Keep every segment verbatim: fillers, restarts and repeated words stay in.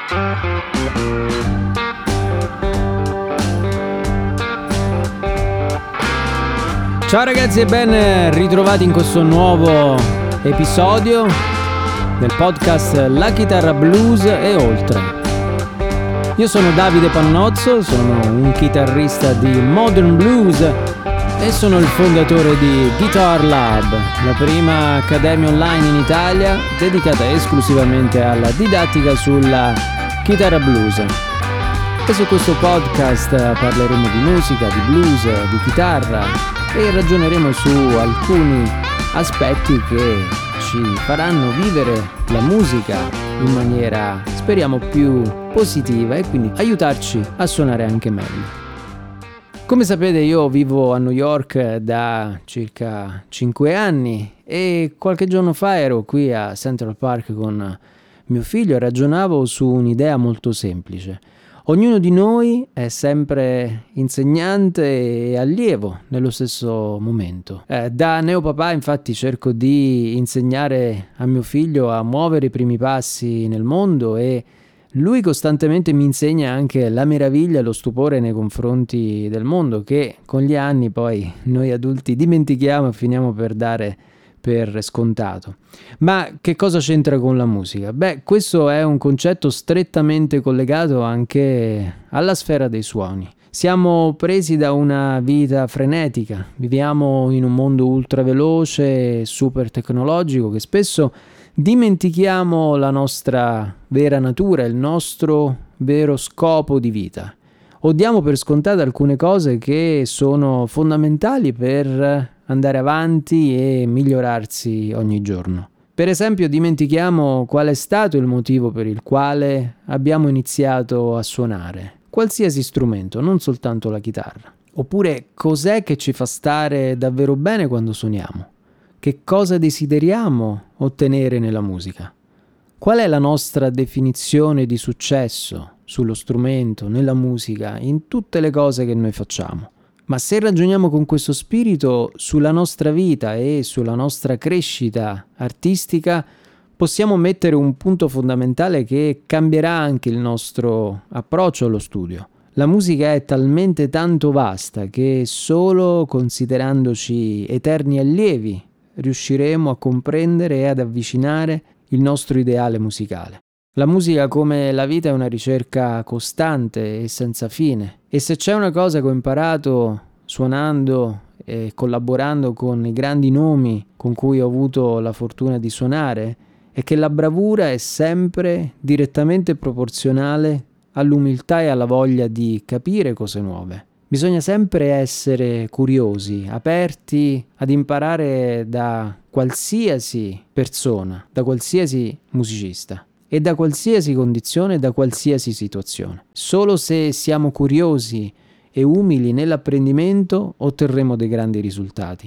Ciao ragazzi e ben ritrovati in questo nuovo episodio del podcast La Chitarra Blues e Oltre. Io sono Davide Pannozzo, sono un chitarrista di Modern Blues e sono il fondatore di Guitar Lab, la prima accademia online in Italia dedicata esclusivamente alla didattica sulla chitarra blues. E su questo podcast parleremo di musica, di blues, di chitarra e ragioneremo su alcuni aspetti che ci faranno vivere la musica in maniera, speriamo, più positiva e quindi aiutarci a suonare anche meglio. Come sapete, io vivo a New York da circa cinque anni e qualche giorno fa ero qui a Central Park con mio figlio e ragionavo su un'idea molto semplice. Ognuno di noi è sempre insegnante e allievo nello stesso momento. Eh, da neopapà infatti cerco di insegnare a mio figlio a muovere i primi passi nel mondo e lui costantemente mi insegna anche la meraviglia e lo stupore nei confronti del mondo che con gli anni poi noi adulti dimentichiamo e finiamo per dare per scontato. Ma che cosa c'entra con la musica? Beh, questo è un concetto strettamente collegato anche alla sfera dei suoni. Siamo presi da una vita frenetica, viviamo in un mondo ultraveloce e super tecnologico che spesso dimentichiamo la nostra vera natura, il nostro vero scopo di vita. O diamo per scontate alcune cose che sono fondamentali per andare avanti e migliorarsi ogni giorno. Per esempio, dimentichiamo qual è stato il motivo per il quale abbiamo iniziato a suonare qualsiasi strumento, non soltanto la chitarra. Oppure cos'è che ci fa stare davvero bene quando suoniamo? Che cosa desideriamo ottenere nella musica? Qual è la nostra definizione di successo sullo strumento, nella musica, in tutte le cose che noi facciamo? Ma se ragioniamo con questo spirito sulla nostra vita e sulla nostra crescita artistica, possiamo mettere un punto fondamentale che cambierà anche il nostro approccio allo studio. La musica è talmente tanto vasta che solo considerandoci eterni allievi riusciremo a comprendere e ad avvicinare il nostro ideale musicale. La musica, come la vita, è una ricerca costante e senza fine. E se c'è una cosa che ho imparato suonando e collaborando con i grandi nomi con cui ho avuto la fortuna di suonare, è che la bravura è sempre direttamente proporzionale all'umiltà e alla voglia di capire cose nuove. Bisogna sempre essere curiosi, aperti ad imparare da qualsiasi persona, da qualsiasi musicista e da qualsiasi condizione, da qualsiasi situazione. Solo se siamo curiosi e umili nell'apprendimento otterremo dei grandi risultati.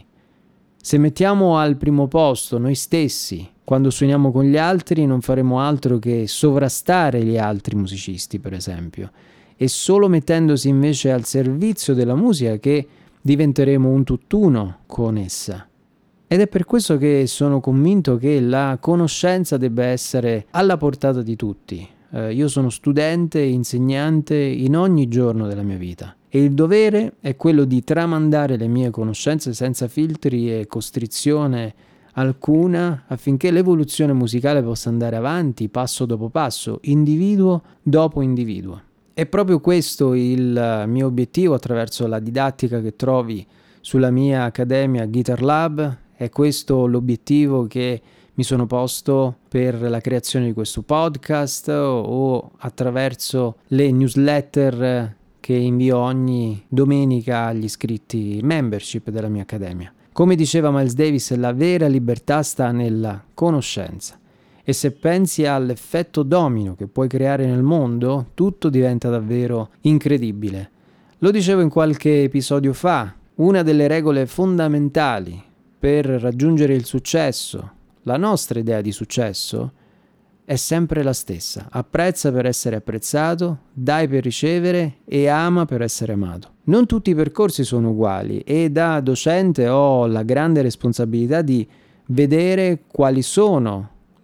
Se mettiamo al primo posto noi stessi quando suoniamo con gli altri, non faremo altro che sovrastare gli altri musicisti, per esempio. E solo mettendosi invece al servizio della musica che diventeremo un tutt'uno con essa. Ed è per questo che sono convinto che la conoscenza debba essere alla portata di tutti. Eh, io sono studente e insegnante in ogni giorno della mia vita e il dovere è quello di tramandare le mie conoscenze senza filtri e costrizione alcuna affinché l'evoluzione musicale possa andare avanti passo dopo passo, individuo dopo individuo. È proprio questo il mio obiettivo attraverso la didattica che trovi sulla mia accademia Guitar Lab, è questo l'obiettivo che mi sono posto per la creazione di questo podcast o attraverso le newsletter che invio ogni domenica agli iscritti membership della mia accademia. Come diceva Miles Davis, la vera libertà sta nella conoscenza. E se pensi all'effetto domino che puoi creare nel mondo, tutto diventa davvero incredibile. Lo dicevo in qualche episodio fa, una delle regole fondamentali per raggiungere il successo, la nostra idea di successo, è sempre la stessa. Apprezza per essere apprezzato, dai per ricevere e ama per essere amato. Non tutti i percorsi sono uguali e da docente ho la grande responsabilità di vedere quali sono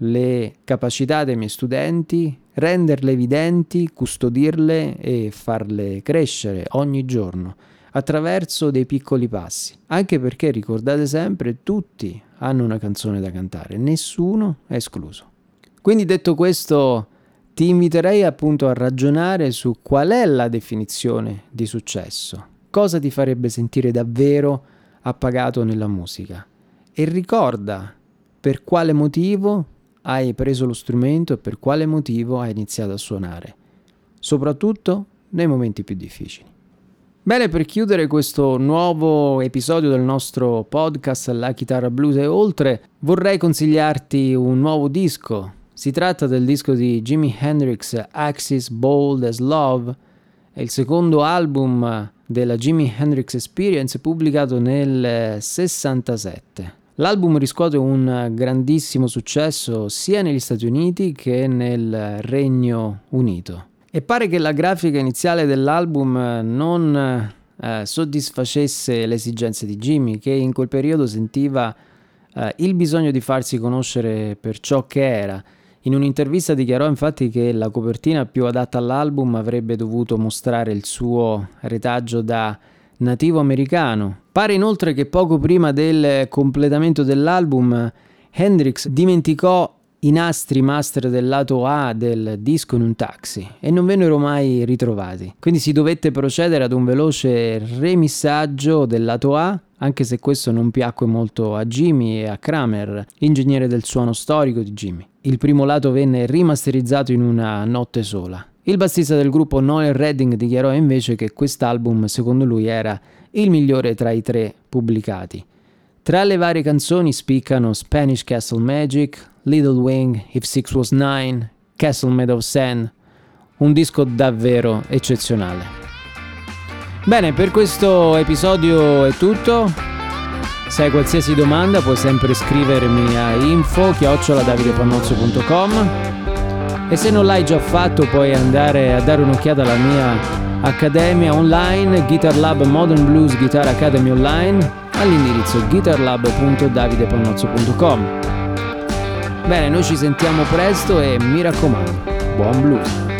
le capacità dei miei studenti, renderle evidenti, custodirle e farle crescere ogni giorno attraverso dei piccoli passi. Anche perché, ricordate sempre, tutti hanno una canzone da cantare, nessuno è escluso. Quindi, detto questo, ti inviterei appunto a ragionare su qual è la definizione di successo, cosa ti farebbe sentire davvero appagato nella musica, e ricorda per quale motivo hai preso lo strumento e per quale motivo hai iniziato a suonare, soprattutto nei momenti più difficili. Bene, per chiudere questo nuovo episodio del nostro podcast La Chitarra Blues e oltre, vorrei consigliarti un nuovo disco. Si tratta del disco di Jimi Hendrix, Axis Bold as Love, è il secondo album della Jimi Hendrix Experience pubblicato nel sessantasette. L'album riscuote un grandissimo successo sia negli Stati Uniti che nel Regno Unito. E pare che la grafica iniziale dell'album non eh, soddisfacesse le esigenze di Jimi, che in quel periodo sentiva eh, il bisogno di farsi conoscere per ciò che era. In un'intervista dichiarò infatti che la copertina più adatta all'album avrebbe dovuto mostrare il suo retaggio da nativo americano. Pare inoltre che poco prima del completamento dell'album Hendrix dimenticò i nastri master del lato A del disco in un taxi e non vennero mai ritrovati. Quindi si dovette procedere ad un veloce remissaggio del lato A, anche se questo non piacque molto a Jimi e a Kramer, ingegnere del suono storico di Jimi. Il primo lato venne rimasterizzato in una notte sola. Il bassista del gruppo Noel Redding dichiarò invece che quest'album secondo lui era il migliore tra i tre pubblicati. Tra le varie canzoni spiccano Spanish Castle Magic, Little Wing, If Six Was Nine, Castle Made of Sand, un disco davvero eccezionale. Bene, per questo episodio è tutto. Se hai qualsiasi domanda puoi sempre scrivermi a info chiocciola davidepannozzo punto com e se non l'hai già fatto puoi andare a dare un'occhiata alla mia accademia online Guitar Lab Modern Blues Guitar Academy Online all'indirizzo guitarlab punto davidepannozzo punto com. Bene, noi ci sentiamo presto e mi raccomando, buon blues!